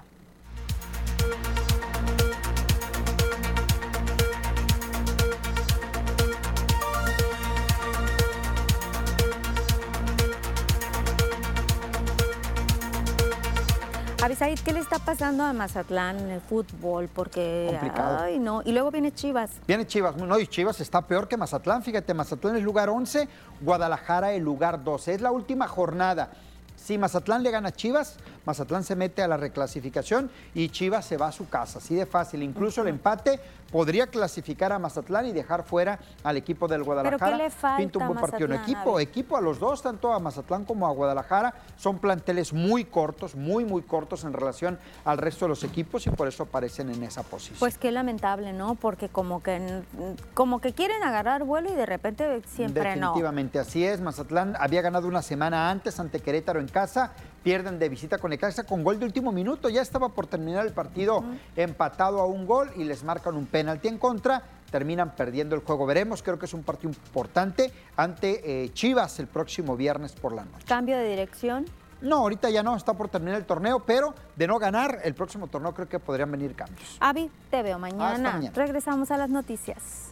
Avisaid, ¿qué le está pasando a Mazatlán en el fútbol? Porque, complicado. Ay, no. Y luego viene Chivas. Viene Chivas, no, y Chivas está peor que Mazatlán. Fíjate, Mazatlán es lugar 11, Guadalajara el lugar 12. Es la última jornada. Si Mazatlán le gana a Chivas, Mazatlán se mete a la reclasificación y Chivas se va a su casa, así de fácil. Incluso el empate podría clasificar a Mazatlán y dejar fuera al equipo del Guadalajara. ¿Pero qué le falta Pinta un buen partido. Equipo a los dos, tanto a Mazatlán como a Guadalajara. Son planteles muy cortos, muy cortos en relación al resto de los equipos y por eso aparecen en esa posición. Pues qué lamentable, ¿no? Porque como que quieren agarrar vuelo y de repente siempre Definitivamente, así es. Mazatlán había ganado una semana antes ante Querétaro en casa, pierden de visita con Necaxa con gol de último minuto, ya estaba por terminar el partido empatado a un gol y les marcan un penalti en contra, terminan perdiendo el juego. Veremos, creo que es un partido importante ante Chivas el próximo viernes por la noche. ¿Cambio de dirección? No, ahorita ya no, está por terminar el torneo, pero de no ganar el próximo torneo creo que podrían venir cambios. Avi, te veo mañana. Hasta mañana. Regresamos a las noticias.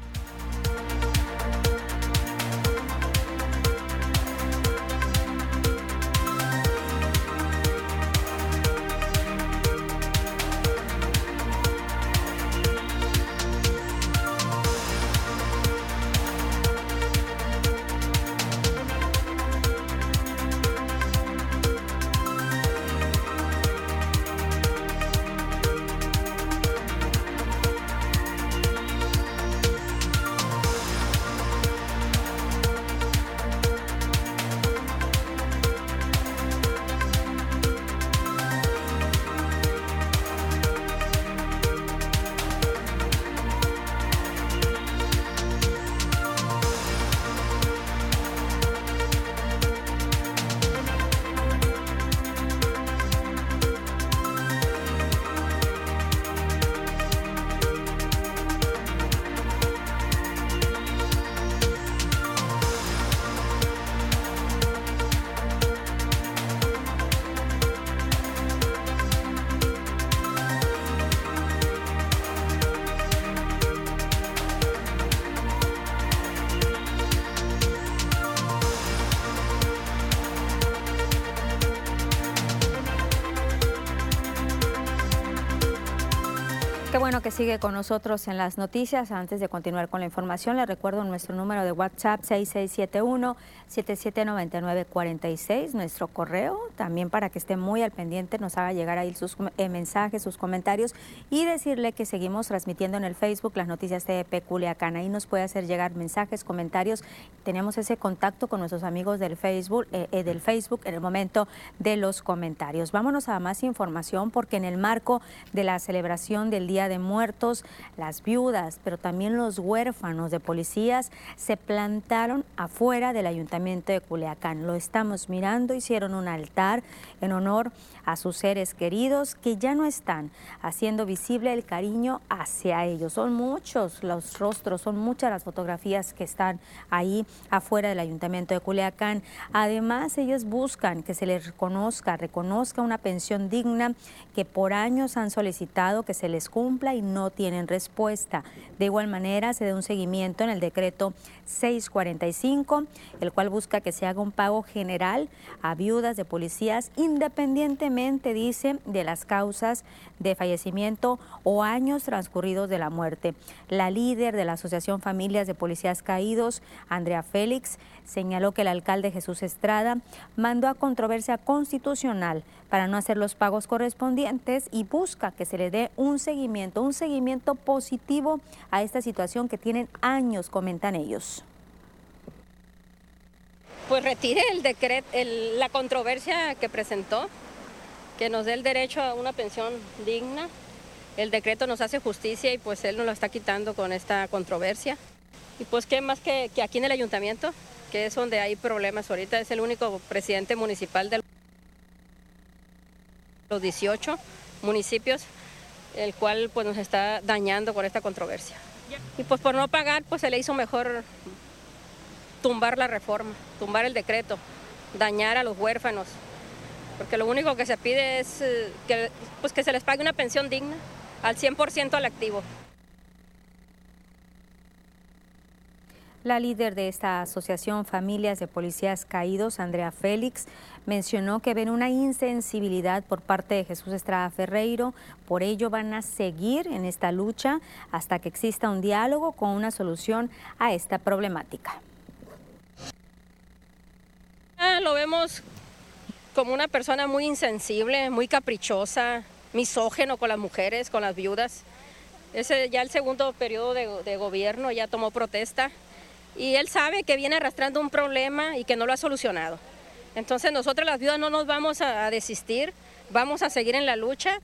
Qué bueno que sigue con nosotros en las noticias. Antes de continuar con la información, le recuerdo nuestro número de WhatsApp 6671-779946, nuestro correo, también para que esté muy al pendiente, nos haga llegar ahí sus mensajes, sus comentarios y decirle que seguimos transmitiendo en el Facebook las noticias TVP Culiacán. Ahí nos puede hacer llegar mensajes, comentarios. Tenemos ese contacto con nuestros amigos del Facebook en el momento de los comentarios. Vámonos a más información porque en el marco de la celebración del Día de Muertos, las viudas, pero también los huérfanos de policías se plantaron afuera del Ayuntamiento de Culiacán. Lo estamos mirando, hicieron un altar en honor a sus seres queridos que ya no están, haciendo visible el cariño hacia ellos. Son muchos los rostros, son muchas las fotografías que están ahí afuera del Ayuntamiento de Culiacán. Además, ellos buscan que se les reconozca una pensión digna que por años han solicitado que se les cumpla y no tienen respuesta. De igual manera, se da un seguimiento en el decreto 645, el cual estatal busca que se haga un pago general a viudas de policías independientemente, dice, de las causas de fallecimiento o años transcurridos de la muerte. La líder de la Asociación Familias de Policías Caídos, Andrea Félix, señaló que el alcalde Jesús Estrada mandó a controversia constitucional para no hacer los pagos correspondientes y busca que se le dé un seguimiento positivo a esta situación que tienen años, comentan ellos. Pues retire el decreto, la controversia que presentó, que nos dé el derecho a una pensión digna. El decreto nos hace justicia y pues él nos lo está quitando con esta controversia. Y pues qué más que aquí en el ayuntamiento, que es donde hay problemas ahorita, es el único presidente municipal de los 18 municipios, el cual pues nos está dañando con esta controversia. Y pues por no pagar, pues se le hizo mejor tumbar la reforma, tumbar el decreto, dañar a los huérfanos, porque lo único que se pide es que se les pague una pensión digna al 100% al activo. La líder de esta asociación Familias de Policías Caídos, Andrea Félix, mencionó que ven una insensibilidad por parte de Jesús Estrada Ferreiro, por ello van a seguir en esta lucha hasta que exista un diálogo con una solución a esta problemática. Lo vemos como una persona muy insensible, muy caprichosa, misógeno con las mujeres, con las viudas. Ese ya el segundo periodo de gobierno ya tomó protesta y él sabe que viene arrastrando un problema y que no lo ha solucionado. Entonces nosotros las viudas no nos vamos a desistir, vamos a seguir en la lucha.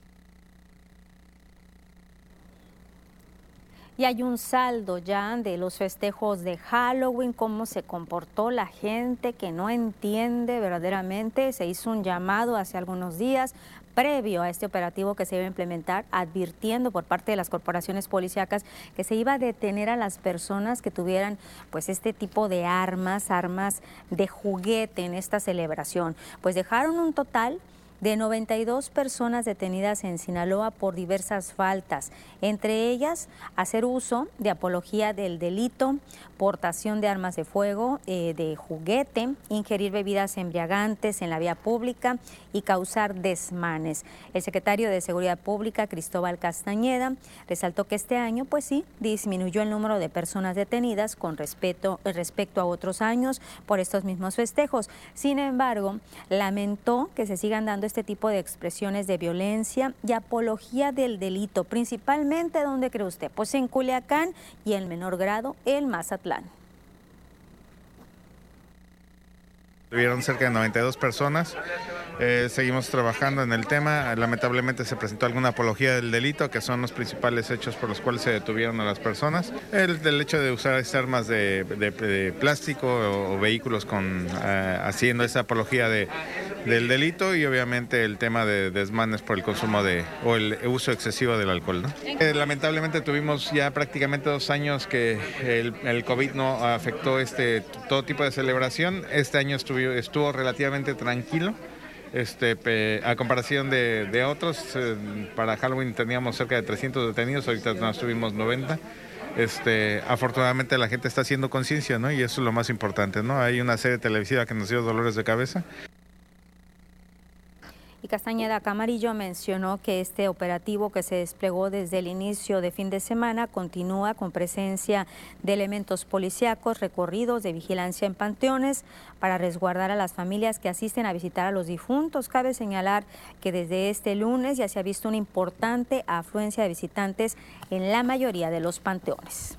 Y hay un saldo ya de los festejos de Halloween, cómo se comportó la gente que no entiende verdaderamente. Se hizo un llamado hace algunos días previo a este operativo que se iba a implementar, advirtiendo por parte de las corporaciones policíacas que se iba a detener a las personas que tuvieran pues este tipo de armas de juguete en esta celebración. Pues dejaron un total de 92 personas detenidas en Sinaloa por diversas faltas, entre ellas hacer uso de apología del delito, portación de armas de fuego, de juguete, ingerir bebidas embriagantes en la vía pública y causar desmanes. El secretario de Seguridad Pública, Cristóbal Castañeda, resaltó que este año, pues sí, disminuyó el número de personas detenidas con respecto a otros años por estos mismos festejos. Sin embargo, lamentó que se sigan dando este tipo de expresiones de violencia y apología del delito, principalmente, ¿dónde cree usted? Pues en Culiacán y en menor grado en Mazatlán. Tuvieron cerca de 92 personas. Seguimos trabajando en el tema. Lamentablemente se presentó alguna apología del delito, que son los principales hechos por los cuales se detuvieron a las personas. El hecho de usar estas armas de plástico o vehículos haciendo esa apología del delito, y obviamente el tema de desmanes por el consumo o el uso excesivo del alcohol, ¿no? Lamentablemente tuvimos ya prácticamente 2 años que el COVID no afectó todo tipo de celebración. Este año estuvo relativamente tranquilo. A comparación de otros, para Halloween teníamos cerca de 300 detenidos, ahorita nos tuvimos 90. Afortunadamente la gente está haciendo conciencia, ¿no? Y eso es lo más importante, ¿no? Hay una serie televisiva que nos dio dolores de cabeza. Y Castañeda Camarillo mencionó que este operativo que se desplegó desde el inicio de fin de semana continúa con presencia de elementos policíacos, recorridos de vigilancia en panteones para resguardar a las familias que asisten a visitar a los difuntos. Cabe señalar que desde este lunes ya se ha visto una importante afluencia de visitantes en la mayoría de los panteones.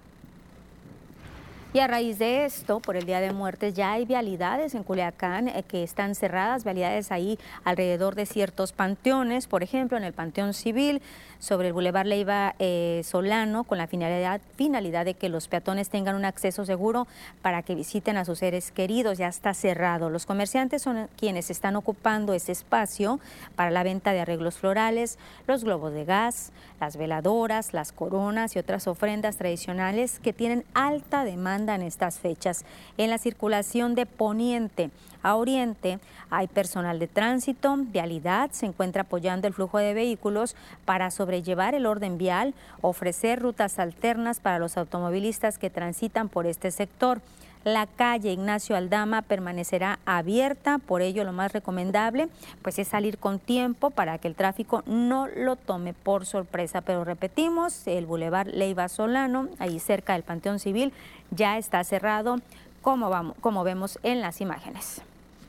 Y a raíz de esto, por el Día de Muertes, ya hay vialidades en Culiacán que están cerradas, vialidades ahí alrededor de ciertos panteones, por ejemplo, en el Panteón Civil, sobre el Boulevard Leiva Solano, con la finalidad de que los peatones tengan un acceso seguro para que visiten a sus seres queridos. Ya está cerrado. Los comerciantes son quienes están ocupando ese espacio para la venta de arreglos florales, los globos de gas, las veladoras, las coronas y otras ofrendas tradicionales que tienen alta demanda en estas fechas. En la circulación de poniente a oriente hay personal de tránsito, vialidad, se encuentra apoyando el flujo de vehículos para sobrellevar el orden vial, ofrecer rutas alternas para los automovilistas que transitan por este sector. la calle Ignacio Aldama permanecerá abierta. Por ello, lo más recomendable pues es salir con tiempo para que el tráfico no lo tome por sorpresa. Pero repetimos, el Boulevard Leiva Solano, ahí cerca del Panteón Civil, ya está cerrado, como vemos en las imágenes.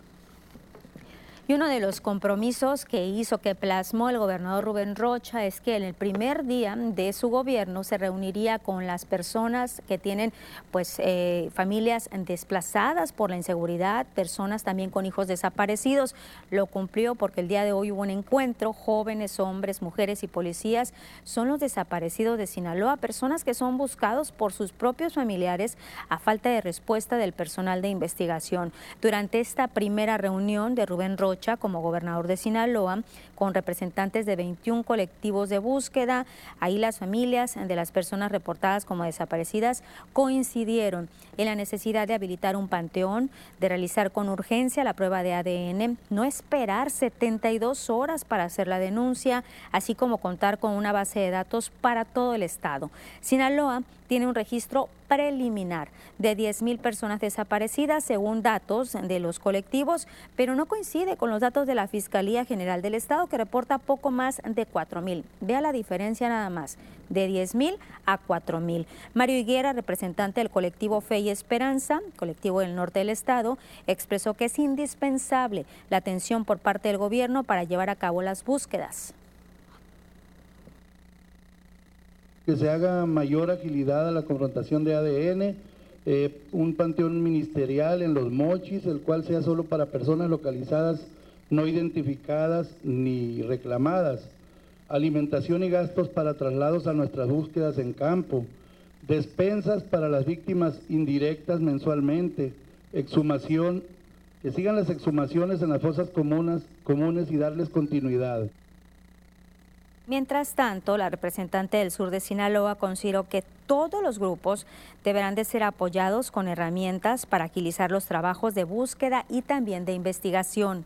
Y uno de los compromisos que plasmó el gobernador Rubén Rocha es que en el primer día de su gobierno se reuniría con las personas que tienen familias desplazadas por la inseguridad, personas también con hijos desaparecidos. Lo cumplió porque el día de hoy hubo un encuentro. Jóvenes, hombres, mujeres y policías son los desaparecidos de Sinaloa, personas que son buscados por sus propios familiares a falta de respuesta del personal de investigación. Durante esta primera reunión de Rubén Rocha como gobernador de Sinaloa, con representantes de 21 colectivos de búsqueda, ahí las familias de las personas reportadas como desaparecidas coincidieron en la necesidad de habilitar un panteón, de realizar con urgencia la prueba de ADN, no esperar 72 horas para hacer la denuncia, así como contar con una base de datos para todo el estado. Sinaloa tiene un registro preliminar de 10,000 personas desaparecidas según datos de los colectivos, pero no coincide con los datos de la Fiscalía General del Estado, que reporta poco más de 4,000. Vea la diferencia nada más, de 10,000 a 4,000. Mario Higuera, representante del colectivo Fe y Esperanza, colectivo del norte del estado, expresó que es indispensable la atención por parte del gobierno para llevar a cabo las búsquedas. Que se haga mayor agilidad a la confrontación de ADN, un panteón ministerial en Los Mochis, el cual sea solo para personas localizadas, no identificadas ni reclamadas, alimentación y gastos para traslados a nuestras búsquedas en campo, despensas para las víctimas indirectas mensualmente, exhumación, que sigan las exhumaciones en las fosas comunes y darles continuidad. Mientras tanto, la representante del sur de Sinaloa consideró que todos los grupos deberán de ser apoyados con herramientas para agilizar los trabajos de búsqueda y también de investigación.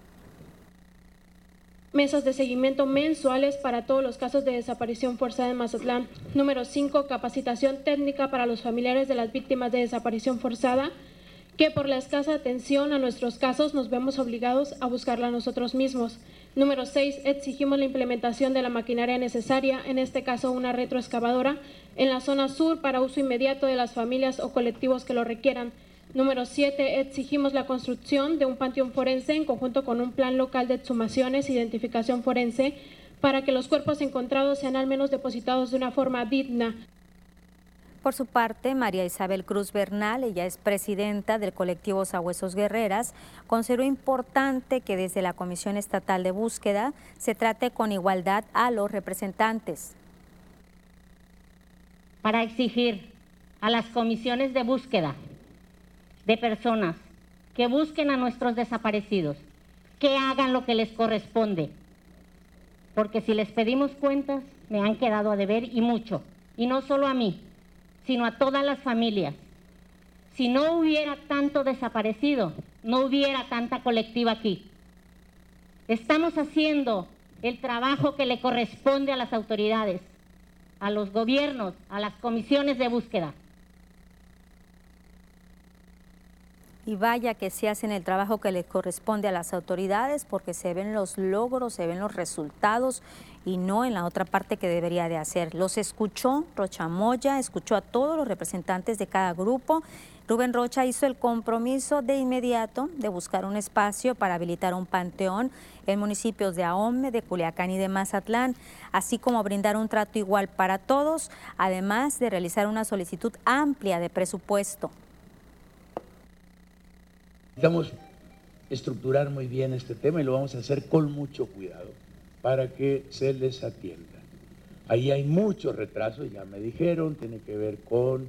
Mesas de seguimiento mensuales para todos los casos de desaparición forzada en Mazatlán. Número 5, capacitación técnica para los familiares de las víctimas de desaparición forzada, que por la escasa atención a nuestros casos nos vemos obligados a buscarla nosotros mismos. Número 6, exigimos la implementación de la maquinaria necesaria, en este caso una retroexcavadora, en la zona sur para uso inmediato de las familias o colectivos que lo requieran. Número 7, exigimos la construcción de un panteón forense en conjunto con un plan local de exhumaciones e identificación forense para que los cuerpos encontrados sean al menos depositados de una forma digna. Por su parte, María Isabel Cruz Bernal, ella es presidenta del colectivo Sabuesos Guerreras, consideró importante que desde la Comisión Estatal de Búsqueda se trate con igualdad a los representantes. Para exigir a las comisiones de búsqueda de personas que busquen a nuestros desaparecidos, que hagan lo que les corresponde, porque si les pedimos cuentas, me han quedado a deber y mucho, y no solo a mí, sino a todas las familias. Si no hubiera tanto desaparecido, no hubiera tanta colectiva aquí. Estamos haciendo el trabajo que le corresponde a las autoridades, a los gobiernos, a las comisiones de búsqueda. Y vaya que se hacen el trabajo que le corresponde a las autoridades, porque se ven los logros, se ven los resultados y no en la otra parte que debería de hacer. Los escuchó Rocha Moya, escuchó a todos los representantes de cada grupo. Rubén Rocha hizo el compromiso de inmediato de buscar un espacio para habilitar un panteón en municipios de Ahome, de Culiacán y de Mazatlán, así como brindar un trato igual para todos, además de realizar una solicitud amplia de presupuesto. Necesitamos estructurar muy bien este tema y lo vamos a hacer con mucho cuidado para que se les atienda. Ahí hay muchos retrasos, ya me dijeron, tiene que ver con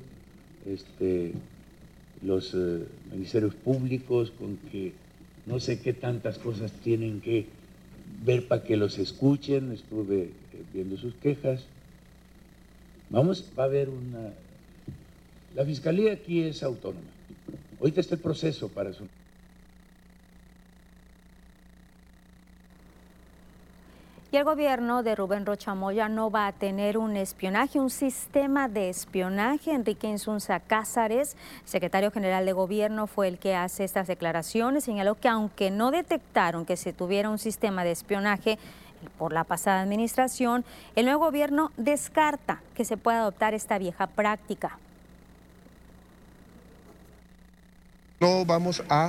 los ministerios públicos, con que no sé qué tantas cosas tienen que ver para que los escuchen. Estuve viendo sus quejas. Va a haber la Fiscalía aquí es autónoma. Ahorita está el proceso para eso. Y el gobierno de Rubén Rocha Moya no va a tener un sistema de espionaje. Enrique Insunza Cázares, secretario general de gobierno, fue el que hace estas declaraciones. Señaló que aunque no detectaron que se tuviera un sistema de espionaje por la pasada administración, el nuevo gobierno descarta que se pueda adoptar esta vieja práctica. No vamos a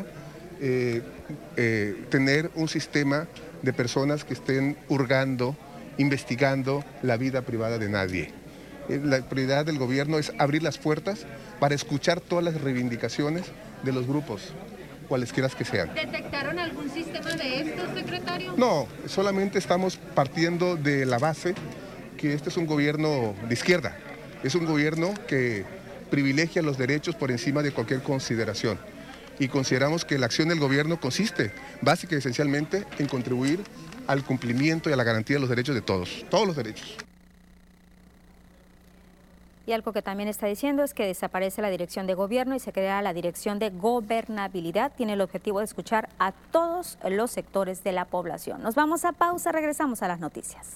tener un sistema de personas que estén hurgando, investigando la vida privada de nadie. La prioridad del gobierno es abrir las puertas para escuchar todas las reivindicaciones de los grupos, cualesquiera que sean. ¿Detectaron algún sistema de estos, secretario? No, solamente estamos partiendo de la base que este es un gobierno de izquierda. Es un gobierno que privilegia los derechos por encima de cualquier consideración. Y consideramos que la acción del gobierno consiste, básica y esencialmente, en contribuir al cumplimiento y a la garantía de los derechos de todos los derechos. Y algo que también está diciendo es que desaparece la dirección de gobierno y se crea la dirección de gobernabilidad. Tiene el objetivo de escuchar a todos los sectores de la población. Nos vamos a pausa, regresamos a las noticias.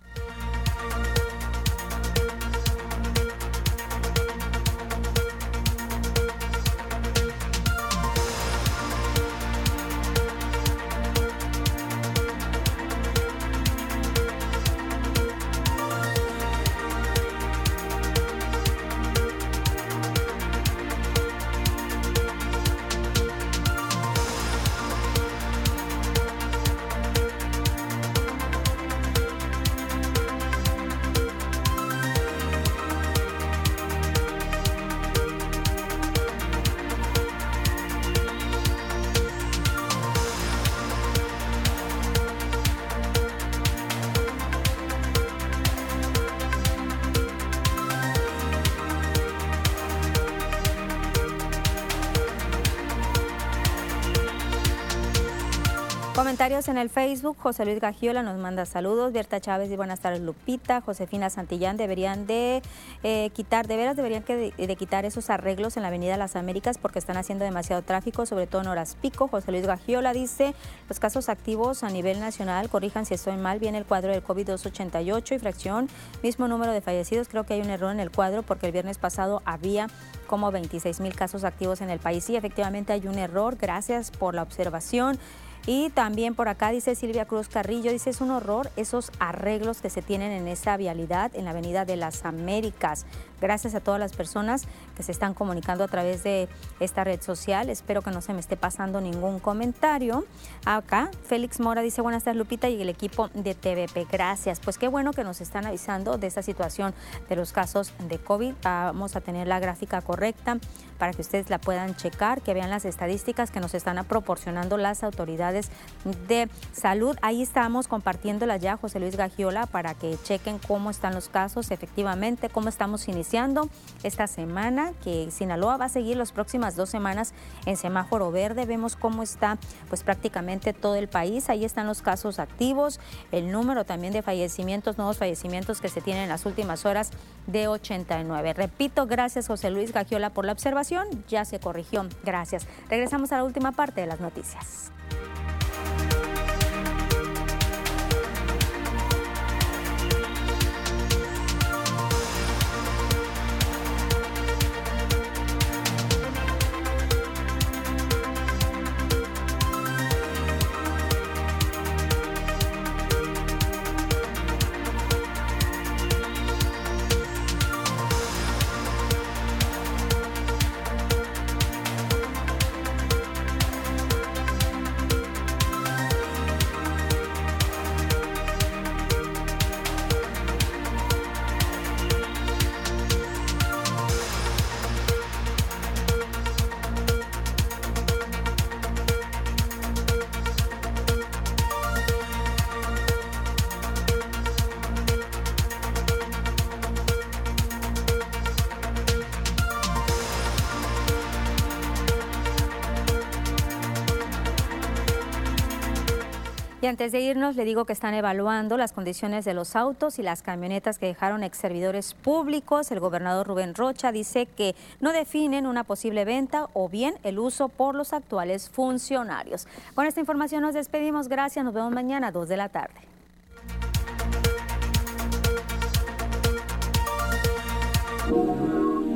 Comentarios en el Facebook. José Luis Gagiola nos manda saludos. Berta Chávez y buenas tardes, Lupita. Josefina Santillán, deberían de quitar esos arreglos en la Avenida Las Américas porque están haciendo demasiado tráfico, sobre todo en horas pico. José Luis Gagiola dice, los casos activos a nivel nacional, corrijan si estoy mal, viene el cuadro del COVID 288 y fracción, mismo número de fallecidos. Creo que hay un error en el cuadro porque el viernes pasado había como 26,000 casos activos en el país. Sí, efectivamente hay un error. Gracias por la observación. Y también por acá dice Silvia Cruz Carrillo, dice, es un horror esos arreglos que se tienen en esa vialidad en la Avenida de las Américas. Gracias a todas las personas que se están comunicando a través de esta red social. Espero que no se me esté pasando ningún comentario. Acá Félix Mora dice, buenas tardes, Lupita y el equipo de TVP. Gracias. Pues qué bueno que nos están avisando de esta situación de los casos de COVID. Vamos a tener la gráfica correcta para que ustedes la puedan checar, que vean las estadísticas que nos están proporcionando las autoridades de salud. Ahí estamos compartiéndolas ya, José Luis Gagiola, para que chequen cómo están los casos, efectivamente, cómo estamos iniciando esta semana, que Sinaloa va a seguir las próximas 2 semanas en semáforo verde. Vemos cómo está pues prácticamente todo el país. Ahí están los casos activos, el número también de fallecimientos, nuevos fallecimientos que se tienen en las últimas horas de 89. Repito, gracias José Luis Gagiola por la observación, ya se corrigió. Gracias. Regresamos a la última parte de las noticias. Y antes de irnos, le digo que están evaluando las condiciones de los autos y las camionetas que dejaron exservidores públicos. El gobernador Rubén Rocha dice que no definen una posible venta o bien el uso por los actuales funcionarios. Con esta información nos despedimos. Gracias. Nos vemos mañana a 2 de la tarde. México.